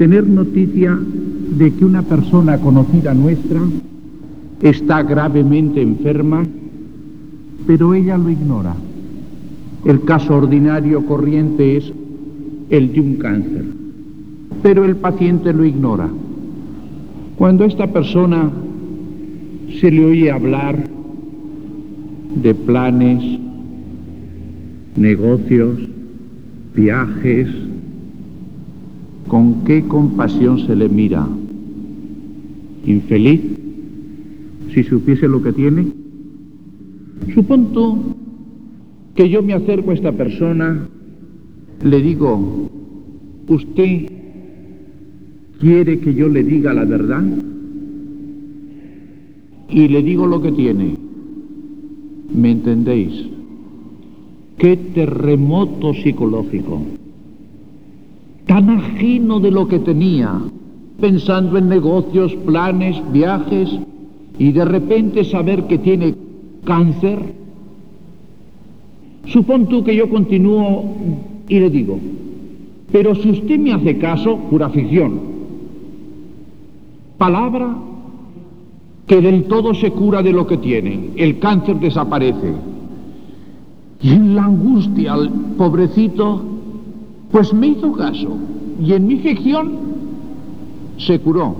tener noticia de que una persona conocida nuestra está gravemente enferma, pero ella lo ignora. El caso ordinario corriente es el de un cáncer, pero el paciente lo ignora. Cuando a esta persona se le oye hablar de planes, negocios, viajes, ¿con qué compasión se le mira? ¿Infeliz? Si supiese lo que tiene. Supongo que yo me acerco a esta persona, le digo, ¿usted quiere que yo le diga la verdad? Y le digo lo que tiene. ¿Me entendéis? ¡Qué terremoto psicológico! Tan ajeno de lo que tenía, pensando en negocios, planes, viajes, y de repente saber que tiene cáncer. Supón tú que yo continúo y le digo, pero si usted me hace caso, pura ficción, palabra que del todo se cura de lo que tiene, el cáncer desaparece. Y en la angustia, el pobrecito, pues me hizo caso, y en mi ficción se curó.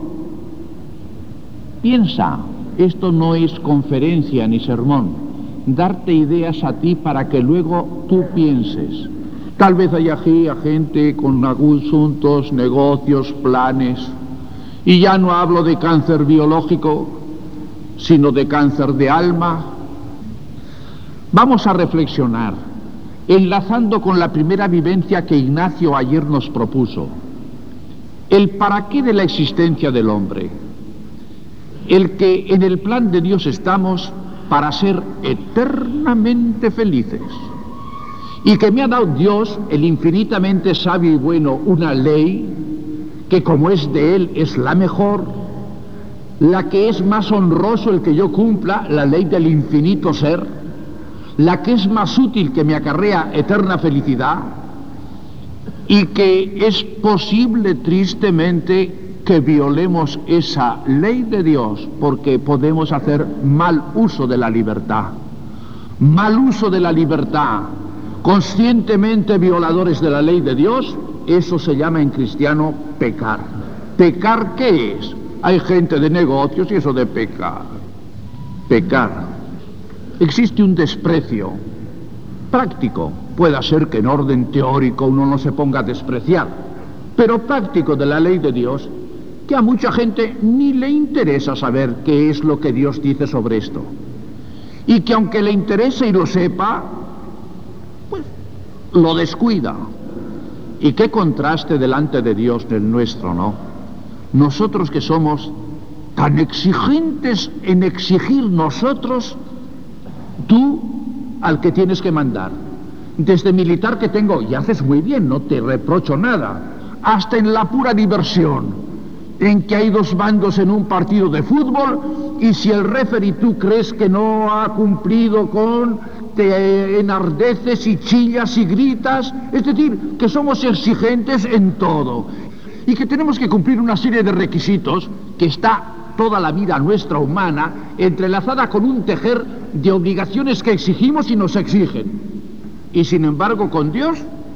Piensa, esto no es conferencia ni sermón, darte ideas a ti para que luego tú pienses. Tal vez hay aquí a gente con asuntos, negocios, planes, y ya no hablo de cáncer biológico, sino de cáncer de alma. Vamos a reflexionar, enlazando con la primera vivencia que Ignacio ayer nos propuso, el para qué de la existencia del hombre, el que en el plan de Dios estamos para ser eternamente felices, y que me ha dado Dios, el infinitamente sabio y bueno, una ley que como es de Él es la mejor, la que es más honroso el que yo cumpla, la ley del infinito ser, la que es más útil que me acarrea eterna felicidad, y que es posible tristemente que violemos esa ley de Dios porque podemos hacer mal uso de la libertad. Mal uso de la libertad, conscientemente violadores de la ley de Dios, eso se llama en cristiano pecar. ¿Pecar qué es? Hay gente de negocios y eso de pecar. Pecar. Existe un desprecio práctico, puede ser que en orden teórico uno no se ponga a despreciar, pero práctico de la ley de Dios, que a mucha gente ni le interesa saber qué es lo que Dios dice sobre esto. Y que aunque le interese y lo sepa, pues lo descuida. Y qué contraste delante de Dios del nuestro, ¿no? Nosotros que somos tan exigentes en exigir nosotros, tú al que tienes que mandar, desde militar que tengo, y haces muy bien, no te reprocho nada, hasta en la pura diversión, en que hay dos bandos en un partido de fútbol, y si el referee tú crees que no ha cumplido con, te enardeces y chillas y gritas, es decir, que somos exigentes en todo, y que tenemos que cumplir una serie de requisitos que está toda la vida nuestra humana entrelazada con un tejer de obligaciones que exigimos y nos exigen. Y sin embargo con Dios,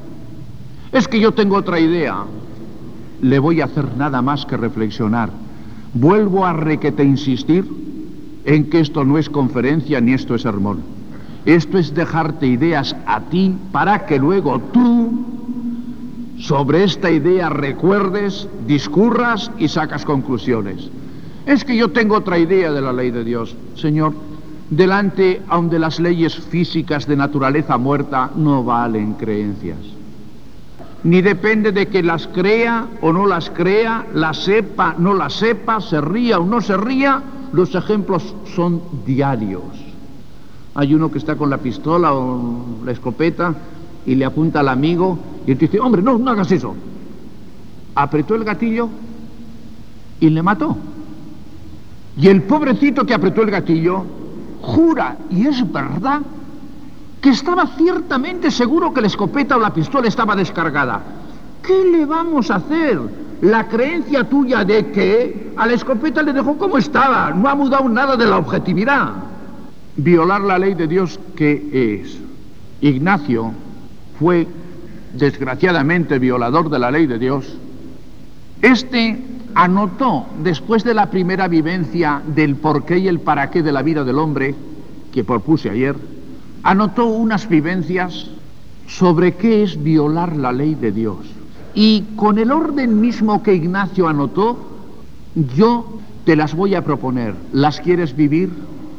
es que yo tengo otra idea. Le voy a hacer nada más que reflexionar. Vuelvo a requete insistir en que esto no es conferencia ni esto es sermón. Esto es dejarte ideas a ti para que luego tú sobre esta idea recuerdes, discurras y sacas conclusiones. Es que yo tengo otra idea de la ley de Dios. Señor, delante aun de las leyes físicas de naturaleza muerta no valen creencias. Ni depende de que las crea o no las crea, las sepa, no las sepa, se ría o no se ría, los ejemplos son diarios. Hay uno que está con la pistola o la escopeta y le apunta al amigo y él dice, hombre, no hagas eso. Apretó el gatillo y le mató. Y el pobrecito que apretó el gatillo jura, y es verdad, que estaba ciertamente seguro que la escopeta o la pistola estaba descargada. ¿Qué le vamos a hacer? La creencia tuya de que a la escopeta le dejó como estaba, no ha mudado nada de la objetividad. Violar la ley de Dios, ¿qué es? Ignacio fue, desgraciadamente, violador de la ley de Dios. Este anotó, después de la primera vivencia del porqué y el para qué de la vida del hombre, que propuse ayer, anotó unas vivencias sobre qué es violar la ley de Dios. Y con el orden mismo que Ignacio anotó, yo te las voy a proponer. ¿Las quieres vivir?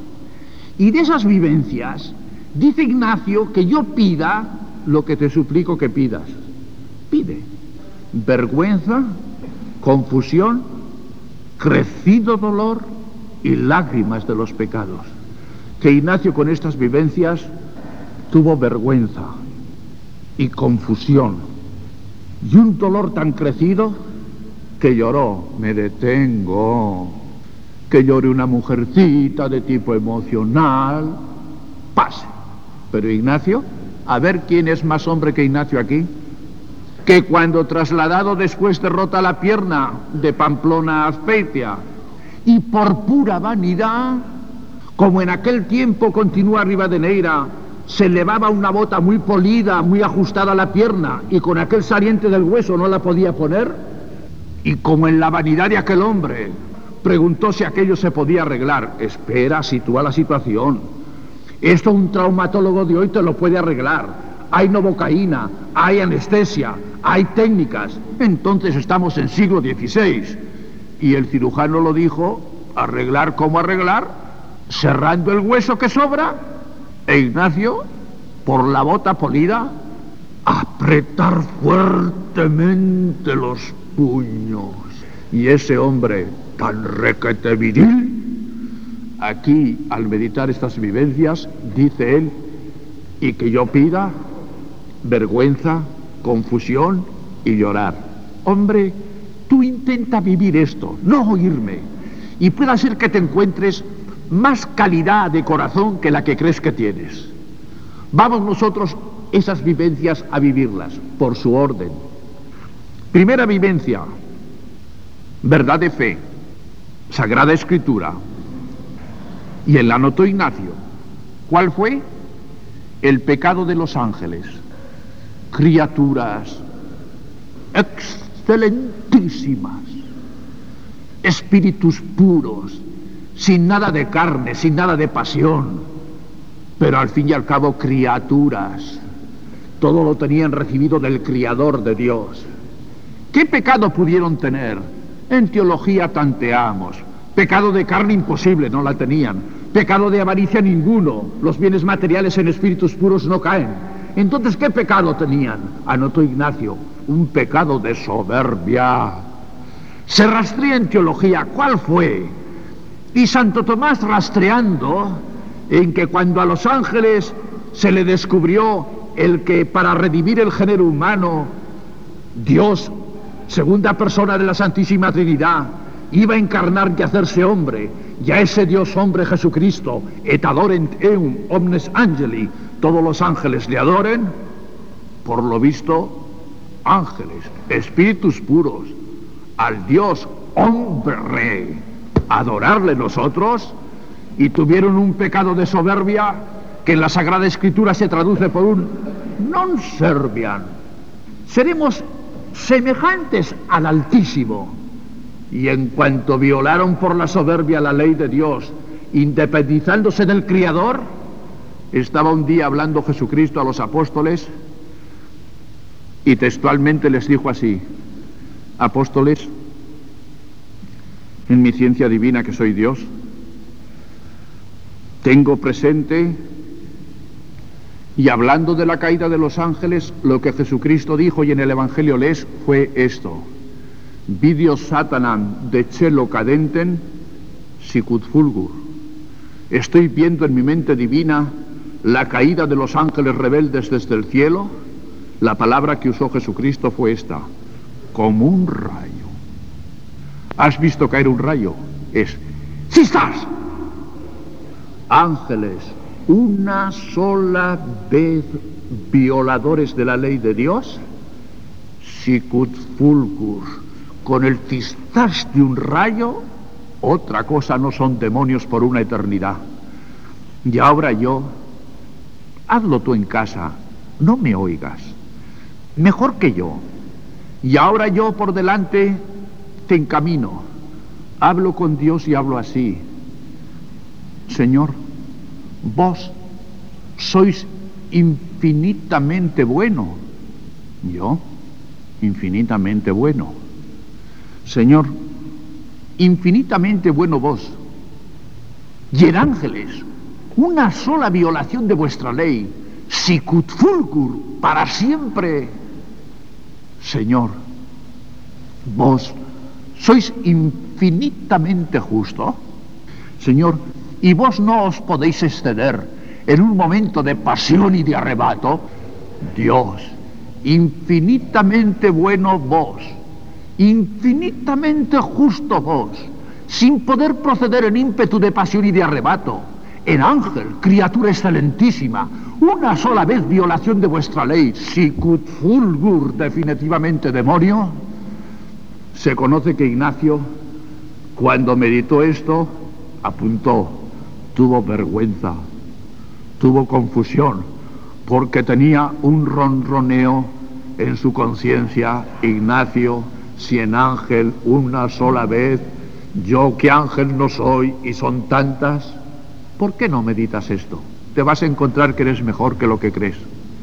Y de esas vivencias, dice Ignacio que yo pida lo que te suplico que pidas. Pide vergüenza, confusión, crecido dolor y lágrimas de los pecados. Que Ignacio con estas vivencias tuvo vergüenza y confusión y un dolor tan crecido que lloró. Me detengo. Que llore una mujercita de tipo emocional, pase. Pero Ignacio, a ver quién es más hombre que Ignacio aquí, que cuando trasladado después de rota la pierna de Pamplona a Azpeitia, y por pura vanidad, como en aquel tiempo continúa Rivadeneira, se elevaba una bota muy polida, muy ajustada a la pierna, y con aquel saliente del hueso no la podía poner, y como en la vanidad de aquel hombre preguntó si aquello se podía arreglar. Espera, sitúa la situación. Esto un traumatólogo de hoy te lo puede arreglar. Hay novocaína, hay anestesia, hay técnicas. Entonces estamos en siglo XVI. Y el cirujano lo dijo, arreglar, ¿cómo arreglar? Cerrando el hueso que sobra. E Ignacio, por la bota polida, apretar fuertemente los puños. Y ese hombre tan requete viril, aquí al meditar estas vivencias, dice él, y que yo pida vergüenza, confusión y llorar. Hombre, tú intenta vivir esto, no oírme, y pueda ser que te encuentres más calidad de corazón que la que crees que tienes. Vamos nosotros esas vivencias a vivirlas por su orden. Primera vivencia, verdad de fe, Sagrada Escritura. Y él la anotó Ignacio. ¿Cuál fue? El pecado de los ángeles. Criaturas excelentísimas, espíritus puros, sin nada de carne, sin nada de pasión, pero al fin y al cabo criaturas. Todo lo tenían recibido del Criador de Dios. ¿Qué pecado pudieron tener? En teología tanteamos. Pecado de carne imposible, no la tenían. Pecado de avaricia ninguno. Los bienes materiales en espíritus puros no caen. Entonces, ¿qué pecado tenían? Anotó Ignacio, un pecado de soberbia. Se rastrea en teología, ¿cuál fue? Y Santo Tomás, rastreando en que cuando a los ángeles se le descubrió el que para redimir el género humano, Dios, segunda persona de la Santísima Trinidad, iba a encarnar y hacerse hombre, y a ese Dios hombre Jesucristo, et adorent eum omnes angeli, todos los ángeles le adoren, por lo visto, ángeles, espíritus puros, al Dios hombre, adorarle nosotros, y tuvieron un pecado de soberbia que en la Sagrada Escritura se traduce por un non serviam. Seremos semejantes al Altísimo. Y en cuanto violaron por la soberbia la ley de Dios, independizándose del Criador, estaba un día hablando Jesucristo a los apóstoles y textualmente les dijo así: apóstoles, en mi ciencia divina que soy Dios, tengo presente, y hablando de la caída de los ángeles, lo que Jesucristo dijo y en el Evangelio lees fue esto: Vidio Satanam de cielo cadenten sicut fulgur. Estoy viendo en mi mente divina la caída de los ángeles rebeldes desde el cielo. La palabra que usó Jesucristo fue esta: como un rayo. ¿Has visto caer un rayo? Es ¡sistas! Ángeles, una sola vez violadores de la ley de Dios, sicut fulgur, con el fistás de un rayo, otra cosa no son demonios por una eternidad. Y ahora yo, hazlo tú en casa, no me oigas, mejor que yo. Y ahora yo por delante te encamino, hablo con Dios y hablo así: Señor, vos sois infinitamente bueno. Yo, infinitamente bueno. Señor, infinitamente bueno vos. Y en ángeles, una sola violación de vuestra ley, sicut fulgur, para siempre. Señor, vos sois infinitamente justo. Señor, y vos no os podéis exceder en un momento de pasión y de arrebato. Dios, infinitamente bueno vos, infinitamente justo vos, sin poder proceder en ímpetu de pasión y de arrebato. En ángel, criatura excelentísima, una sola vez violación de vuestra ley, sicut fulgur, definitivamente demonio. Se conoce que Ignacio, cuando meditó esto, apuntó, tuvo vergüenza, tuvo confusión, porque tenía un ronroneo en su conciencia. Ignacio, si en ángel una sola vez, yo que ángel no soy y son tantas. ¿Por qué no meditas esto? Te vas a encontrar que eres mejor que lo que crees.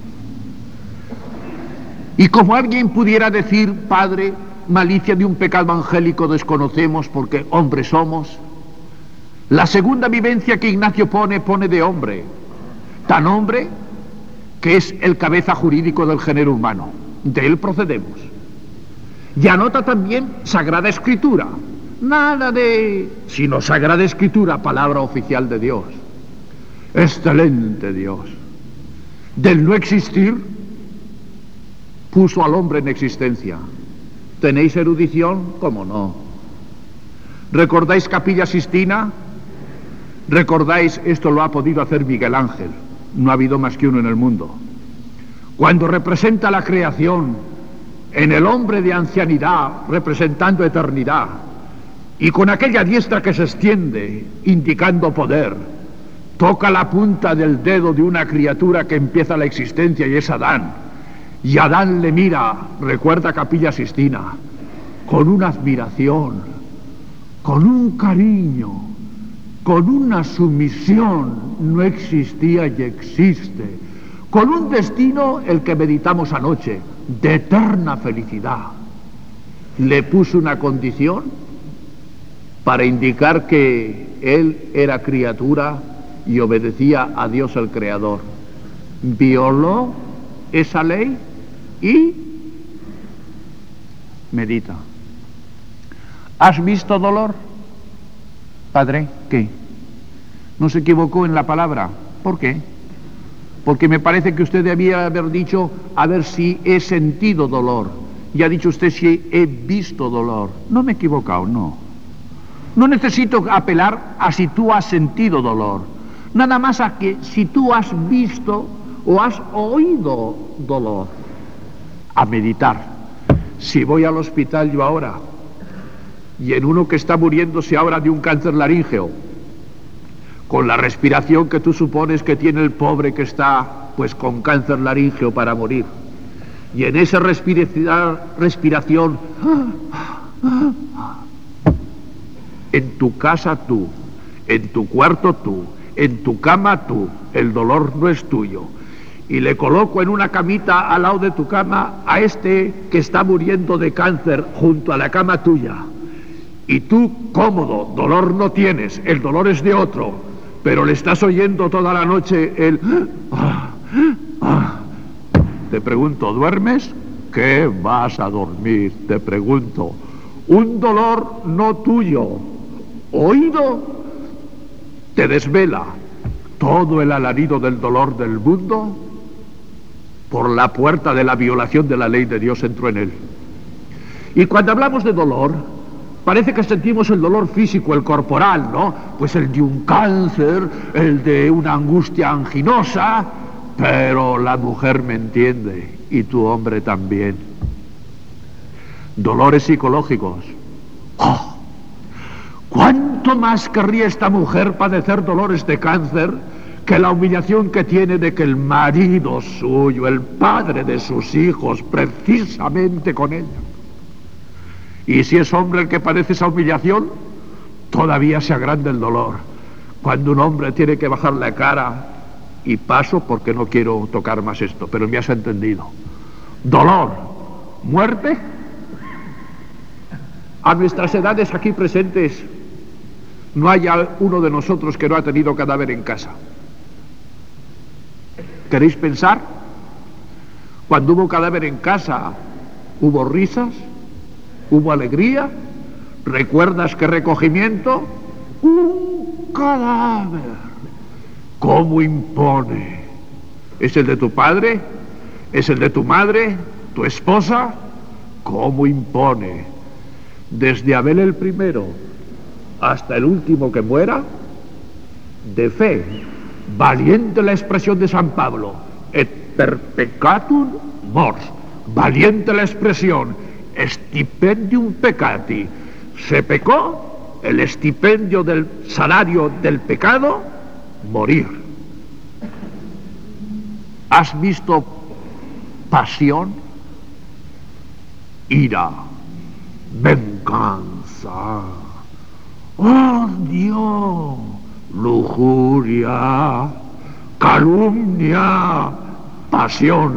Y como alguien pudiera decir, Padre, malicia de un pecado angélico desconocemos porque hombres somos, la segunda vivencia que Ignacio pone de hombre, tan hombre que es el cabeza jurídico del género humano, de él procedemos. Y anota también Sagrada Escritura, nada de sino Sagrada Escritura, palabra oficial de Dios. Excelente Dios. Del no existir puso al hombre en existencia. ¿Tenéis erudición? ¿Cómo no? ¿Recordáis Capilla Sistina? ¿Recordáis? Esto lo ha podido hacer Miguel Ángel. No ha habido más que uno en el mundo. Cuando representa la creación en el hombre de ancianidad, representando eternidad, y con aquella diestra que se extiende, indicando poder, toca la punta del dedo de una criatura que empieza la existencia y es Adán. Y Adán le mira, recuerda Capilla Sistina, con una admiración, con un cariño, con una sumisión, no existía y existe, con un destino, el que meditamos anoche, de eterna felicidad. Le puso una condición para indicar que él era criatura y obedecía a Dios el Creador. Violó esa ley y medita. ¿Has visto dolor? Padre, ¿qué? ¿No se equivocó en la palabra? ¿Por qué? Porque me parece que usted debía haber dicho, a ver si he sentido dolor. Y ha dicho usted si he visto dolor. No me he equivocado, no. No necesito apelar a si tú has sentido dolor. Nada más a que si tú has visto o has oído dolor. A meditar. Si voy al hospital yo ahora, y en uno que está muriéndose ahora de un cáncer laríngeo, con la respiración que tú supones que tiene el pobre que está pues con cáncer laríngeo para morir, y en esa respiración, en tu casa tú, en tu cuarto tú, en tu cama tú, el dolor no es tuyo, y le coloco en una camita al lado de tu cama a este que está muriendo de cáncer junto a la cama tuya, y tú cómodo, dolor no tienes, el dolor es de otro, pero le estás oyendo toda la noche el... Te pregunto, ¿duermes? ¿Qué vas a dormir? Te pregunto. Un dolor no tuyo, oído, te desvela todo el alarido del dolor del mundo. Por la puerta de la violación de la ley de Dios entró en él. Y cuando hablamos de dolor, parece que sentimos el dolor físico, el corporal, ¿no? Pues el de un cáncer, el de una angustia anginosa, pero la mujer me entiende, y tu hombre también. dolores psicológicos. ¡Oh! ¿Cuánto más querría esta mujer padecer dolores de cáncer que la humillación que tiene de que el marido suyo, el padre de sus hijos, precisamente con ella? Y si es hombre el que padece esa humillación, todavía se agranda el dolor. Cuando un hombre tiene que bajar la cara, y paso porque no quiero tocar más esto, pero me has entendido. Dolor, muerte. A nuestras edades aquí presentes, no hay uno de nosotros que no ha tenido cadáver en casa. ¿Queréis pensar? Cuando hubo cadáver en casa, ¿hubo risas? ¿Hubo alegría? ¿Recuerdas qué recogimiento? ¡Un cadáver! ¿Cómo impone? ¿Es el de tu padre? ¿Es el de tu madre? ¿Tu esposa? ¿Cómo impone? Desde Abel el primero hasta el último que muera, de fe, valiente la expresión de San Pablo, et per peccatum mors, valiente la expresión, stipendium peccati, se pecó, el estipendio del salario del pecado, morir. ¿Has visto pasión? Ira, venganza, odio, lujuria, calumnia, pasión.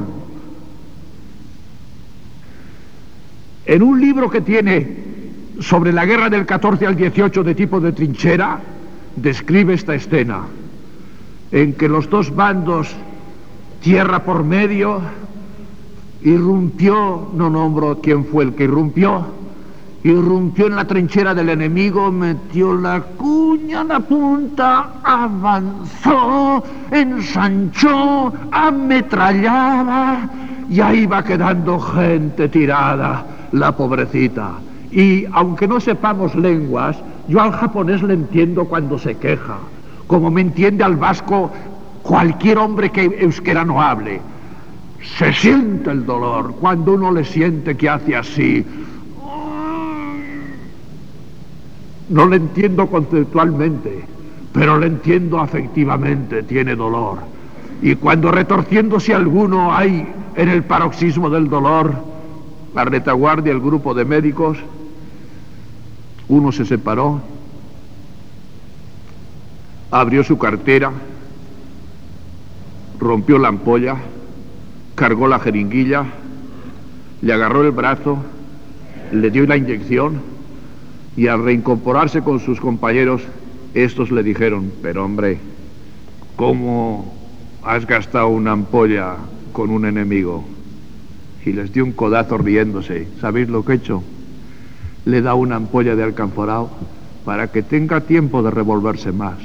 En un libro que tiene sobre la guerra del 14 al 18 de tipo de trinchera, describe esta escena en que los dos bandos, tierra por medio, irrumpió, no nombro quién fue el que irrumpió en la trinchera del enemigo, metió la cuña en la punta, avanzó, ensanchó, ametrallaba, y ahí va quedando gente tirada, la pobrecita. Y aunque no sepamos lenguas, yo al japonés le entiendo cuando se queja, como me entiende al vasco cualquier hombre que euskera no hable. Se siente el dolor cuando uno le siente que hace así. No le entiendo conceptualmente, pero le entiendo afectivamente, tiene dolor. Y cuando retorciéndose alguno hay en el paroxismo del dolor, la retaguardia, el grupo de médicos, uno se separó, abrió su cartera, rompió la ampolla, cargó la jeringuilla, le agarró el brazo, le dio la inyección, y al reincorporarse con sus compañeros, estos le dijeron: pero hombre, ¿cómo has gastado una ampolla con un enemigo? Y les dio un codazo riéndose. ¿Sabéis lo que he hecho? Le he dado una ampolla de alcanforado para que tenga tiempo de revolverse más.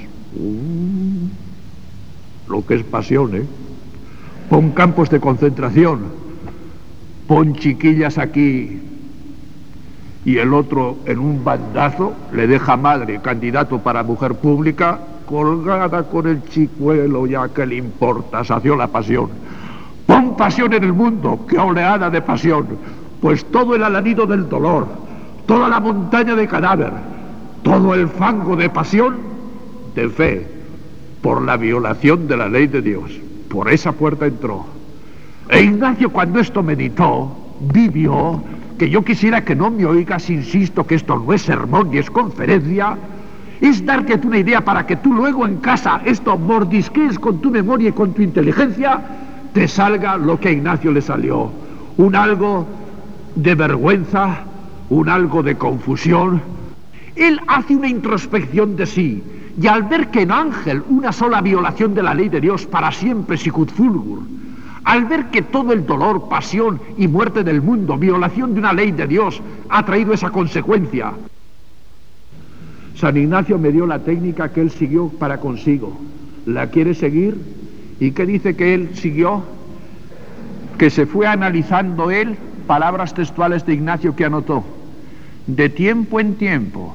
Lo que es pasión, ¿eh? Pon campos de concentración, pon chiquillas aquí, y el otro en un bandazo le deja madre, candidato para mujer pública, colgada con el chicuelo, ya que le importa, sació la pasión. Pon pasión en el mundo, qué oleada de pasión, pues todo el alarido del dolor, toda la montaña de cadáver, todo el fango de pasión, de fe, por la violación de la ley de Dios. Por esa puerta entró. E Ignacio, cuando esto meditó, vivió, que yo quisiera que no me oigas, insisto que esto no es sermón ni es conferencia, es darte una idea para que tú luego en casa esto mordisquees con tu memoria y con tu inteligencia, te salga lo que a Ignacio le salió, un algo de vergüenza, un algo de confusión. Él hace una introspección de sí, y al ver que en Ángel una sola violación de la ley de Dios para siempre sicut fulgur, al ver que todo el dolor, pasión y muerte del mundo, violación de una ley de Dios, ha traído esa consecuencia, San Ignacio me dio la técnica que él siguió para consigo. ¿La quiere seguir? ¿Y qué dice que él siguió? Que se fue analizando él, palabras textuales de Ignacio que anotó, de tiempo en tiempo,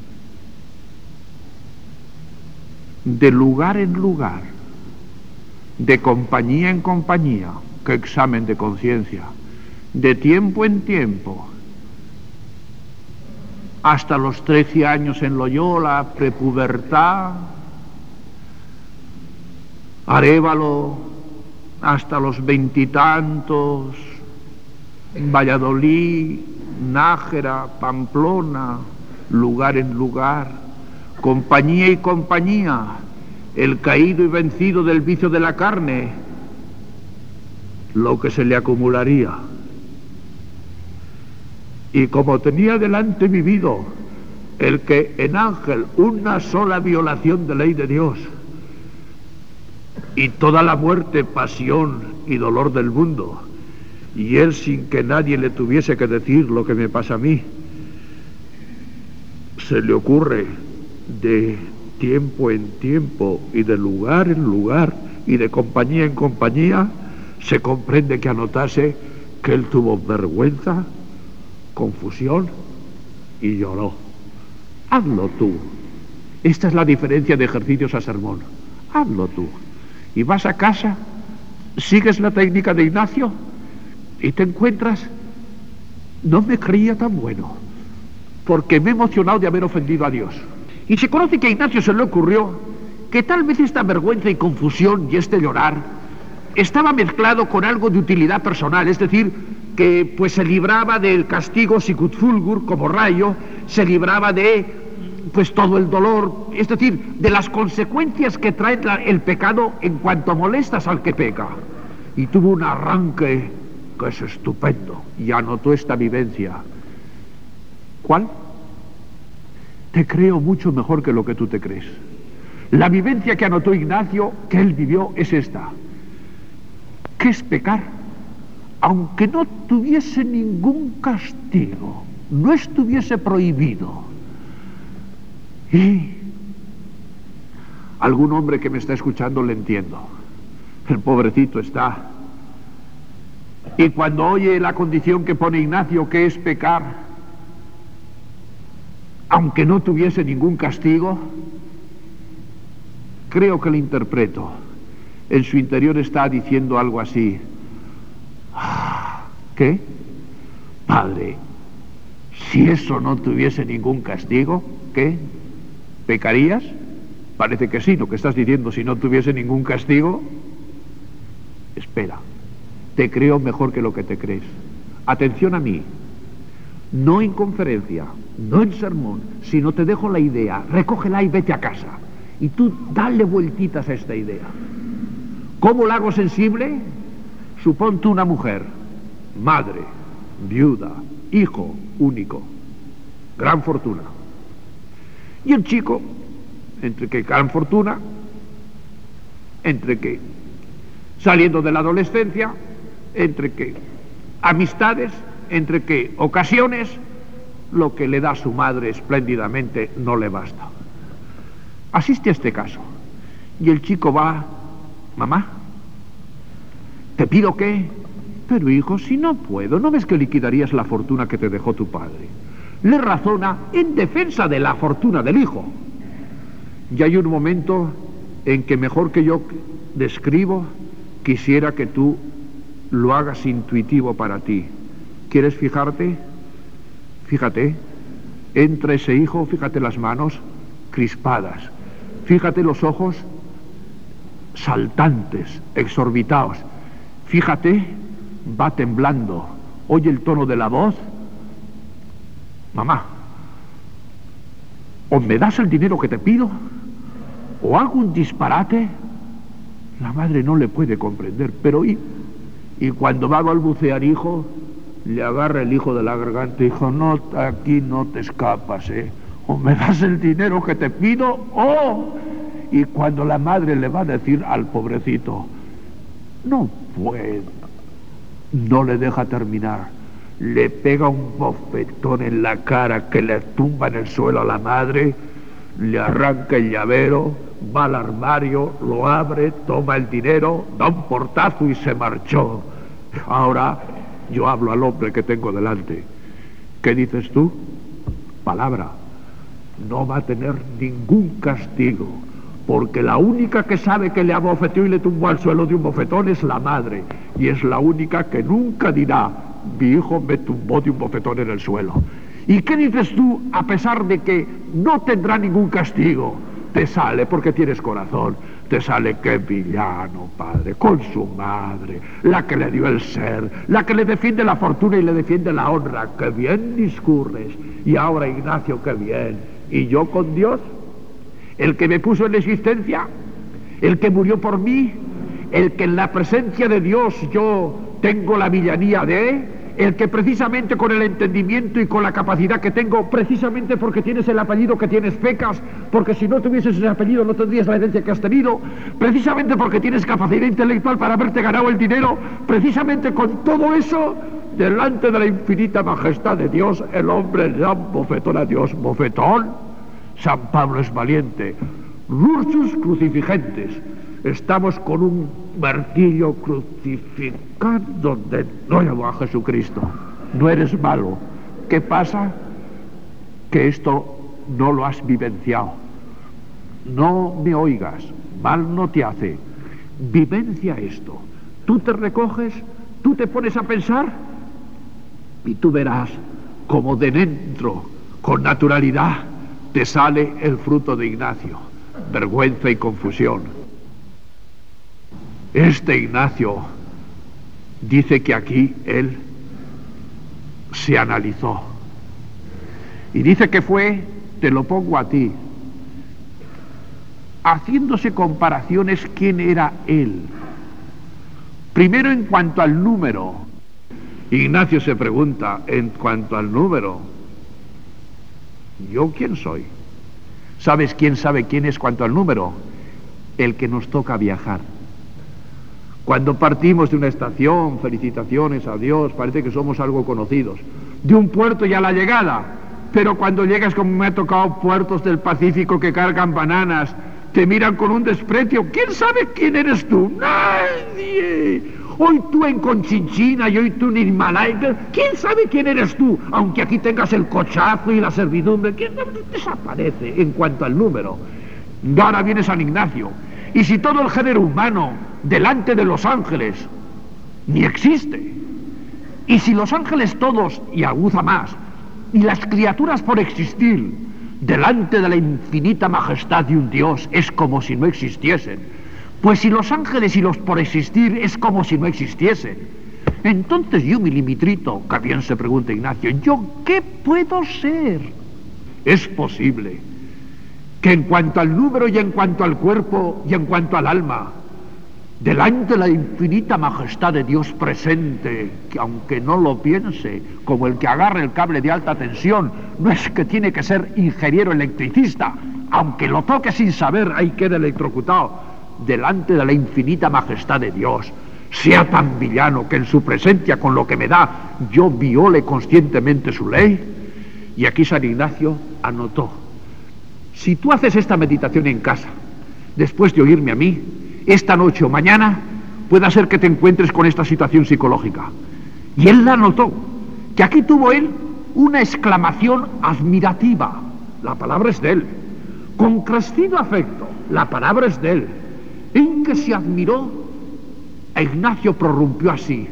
de lugar en lugar, de compañía en compañía, qué examen de conciencia, de tiempo en tiempo, hasta los 13 años en Loyola, prepubertad, Arévalo hasta los 20 y tantos, Valladolid, Nájera, Pamplona, lugar en lugar, compañía y compañía, el caído y vencido del vicio de la carne, lo que se le acumularía. Y como tenía delante vivido el que en Ángel una sola violación de ley de Dios y toda la muerte, pasión y dolor del mundo, y él sin que nadie le tuviese que decir lo que me pasa a mí, se le ocurre de tiempo en tiempo y de lugar en lugar y de compañía en compañía, se comprende que anotase que él tuvo vergüenza, confusión y lloró. Hazlo tú. Esta es la diferencia de ejercicios a sermón. Hazlo tú. Y vas a casa, sigues la técnica de Ignacio y te encuentras, no me creía tan bueno, porque me he emocionado de haber ofendido a Dios. Y se conoce que a Ignacio se le ocurrió que tal vez esta vergüenza y confusión y este llorar estaba mezclado con algo de utilidad personal, es decir, que pues se libraba del castigo sicut fulgur como rayo, se libraba de pues todo el dolor, es decir, de las consecuencias que trae el pecado en cuanto molestas al que peca. Y tuvo un arranque que es estupendo y anotó esta vivencia. ¿Cuál? Te creo mucho mejor que lo que tú te crees. La vivencia que anotó Ignacio, que él vivió, es esta. ¿Qué es pecar? Aunque no tuviese ningún castigo, no estuviese prohibido. Y algún hombre que me está escuchando le entiendo. El pobrecito está. Y cuando oye la condición que pone Ignacio, que es pecar, aunque no tuviese ningún castigo, creo que lo interpreto. En su interior está diciendo algo así. ¿Qué? Padre, si eso no tuviese ningún castigo, ¿qué? ¿Pecarías? Parece que sí, lo que estás diciendo, si no tuviese ningún castigo. Espera, te creo mejor que lo que te crees. Atención a mí, no en conferencia, no en sermón, sino te dejo la idea, recógela y vete a casa. Y tú dale vueltitas a esta idea. ¿Cómo la hago sensible? Supón tú una mujer, madre, viuda, hijo único, gran fortuna. Y el chico, entre que gran fortuna, entre que saliendo de la adolescencia, entre que amistades, entre que ocasiones, lo que le da su madre espléndidamente no le basta. Asiste a este caso. Y el chico va, mamá, ¿te pido qué? Pero hijo, si no puedo, ¿no ves que liquidarías la fortuna que te dejó tu padre? Le razona en defensa de la fortuna del hijo. Y hay un momento en que mejor que yo describo, quisiera que tú lo hagas intuitivo para ti. ¿Quieres fijarte? Fíjate, entra ese hijo, fíjate las manos crispadas, fíjate los ojos saltantes, exorbitados, fíjate, va temblando, oye el tono de la voz. Mamá, o me das el dinero que te pido, o hago un disparate. La madre no le puede comprender, pero y cuando va a balbucear, hijo, le agarra el hijo de la garganta, hijo, no, aquí no te escapas, o me das el dinero que te pido, y cuando la madre le va a decir al pobrecito, no puedo, no le deja terminar, le pega un bofetón en la cara que le tumba en el suelo a la madre, le arranca el llavero, va al armario, lo abre, toma el dinero, da un portazo y se marchó. Ahora yo hablo al hombre que tengo delante. ¿Qué dices tú? Palabra. No va a tener ningún castigo, porque la única que sabe que le abofeteó y le tumbó al suelo de un bofetón es la madre, y es la única que nunca dirá, mi hijo me tumbó de un bofetón en el suelo. ¿Y qué dices tú a pesar de que no tendrá ningún castigo? Te sale porque tienes corazón. Te sale qué villano, padre, con su madre, la que le dio el ser, la que le defiende la fortuna y le defiende la honra. ¡Qué bien discurres! Y ahora, Ignacio, qué bien. ¿Y yo con Dios? El que me puso en la existencia, el que murió por mí, el que en la presencia de Dios yo tengo la villanía de, el que precisamente con el entendimiento y con la capacidad que tengo, precisamente porque tienes el apellido que tienes, pecas, porque si no tuvieses ese apellido no tendrías la herencia que has tenido, precisamente porque tienes capacidad intelectual para haberte ganado el dinero, precisamente con todo eso, delante de la infinita majestad de Dios, el hombre le da un bofetón a Dios. ¿Bofetón? San Pablo es valiente. Rursus crucifigentes. Estamos con un martillo crucificando de nuevo a Jesucristo. No eres malo. ¿Qué pasa? Que esto no lo has vivenciado. No me oigas, mal no te hace. Vivencia esto. Tú te recoges, tú te pones a pensar y tú verás como de dentro, con naturalidad, te sale el fruto de Ignacio. Vergüenza y confusión. Este Ignacio dice que aquí él se analizó y dice que fue, te lo pongo a ti, haciéndose comparaciones quién era él. Primero en cuanto al número. Ignacio se pregunta, en cuanto al número, ¿yo quién soy? ¿Sabes quién sabe quién es cuanto al número? El que nos toca viajar. Cuando partimos de una estación, felicitaciones a Dios, parece que somos algo conocidos. De un puerto y a la llegada. Pero cuando llegas, como me ha tocado, puertos del Pacífico que cargan bananas, te miran con un desprecio. ¿Quién sabe quién eres tú? ¡Nadie! Hoy tú en Conchinchina y hoy tú en Himalaya. ¿Quién sabe quién eres tú? Aunque aquí tengas el cochazo y la servidumbre. ¿Quién desaparece en cuanto al número? Y ahora viene San Ignacio. Y si todo el género humano delante de los ángeles ni existe, y si los ángeles todos, y aguza más, y las criaturas por existir delante de la infinita majestad de un Dios es como si no existiesen, pues si los ángeles y los por existir es como si no existiesen, entonces yo, mi limitrito, que bien se pregunta Ignacio, ¿yo qué puedo ser? Es posible que en cuanto al número y en cuanto al cuerpo y en cuanto al alma, delante de la infinita majestad de Dios presente, que aunque no lo piense, como el que agarra el cable de alta tensión, no es que tiene que ser ingeniero electricista, aunque lo toque sin saber, ahí queda electrocutado, delante de la infinita majestad de Dios, sea tan villano que en su presencia, con lo que me da, yo viole conscientemente su ley. Y aquí San Ignacio anotó: si tú haces esta meditación en casa, después de oírme a mí, esta noche o mañana, puede ser que te encuentres con esta situación psicológica. Y él la notó, que aquí tuvo él una exclamación admirativa. La palabra es de él. Con crecido afecto, la palabra es de él. En que se admiró, Ignacio prorrumpió así: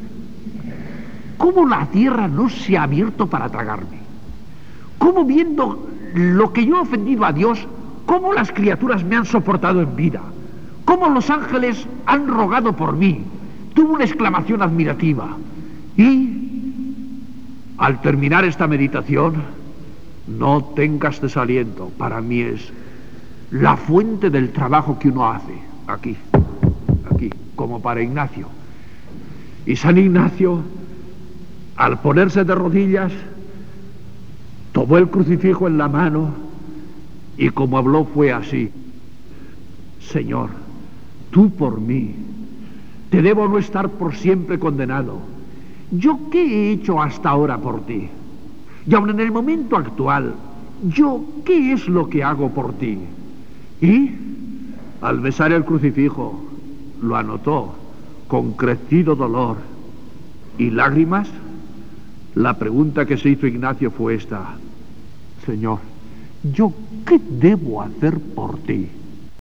¿cómo la tierra no se ha abierto para tragarme? ¿Cómo, viendo lo que yo he ofendido a Dios, cómo las criaturas me han soportado en vida? ¿Cómo los ángeles han rogado por mí? Tuvo una exclamación admirativa. Y al terminar esta meditación, no tengas desaliento. Para mí es la fuente del trabajo que uno hace. Aquí, como para Ignacio. Y San Ignacio, al ponerse de rodillas, tomó el crucifijo en la mano y como habló fue así: Señor, tú por mí, te debo no estar por siempre condenado. ¿Yo qué he hecho hasta ahora por ti? Y aun en el momento actual, ¿yo qué es lo que hago por ti? Y al besar el crucifijo, lo anotó con crecido dolor y lágrimas. La pregunta que se hizo Ignacio fue esta: Señor, ¿yo qué debo hacer por ti?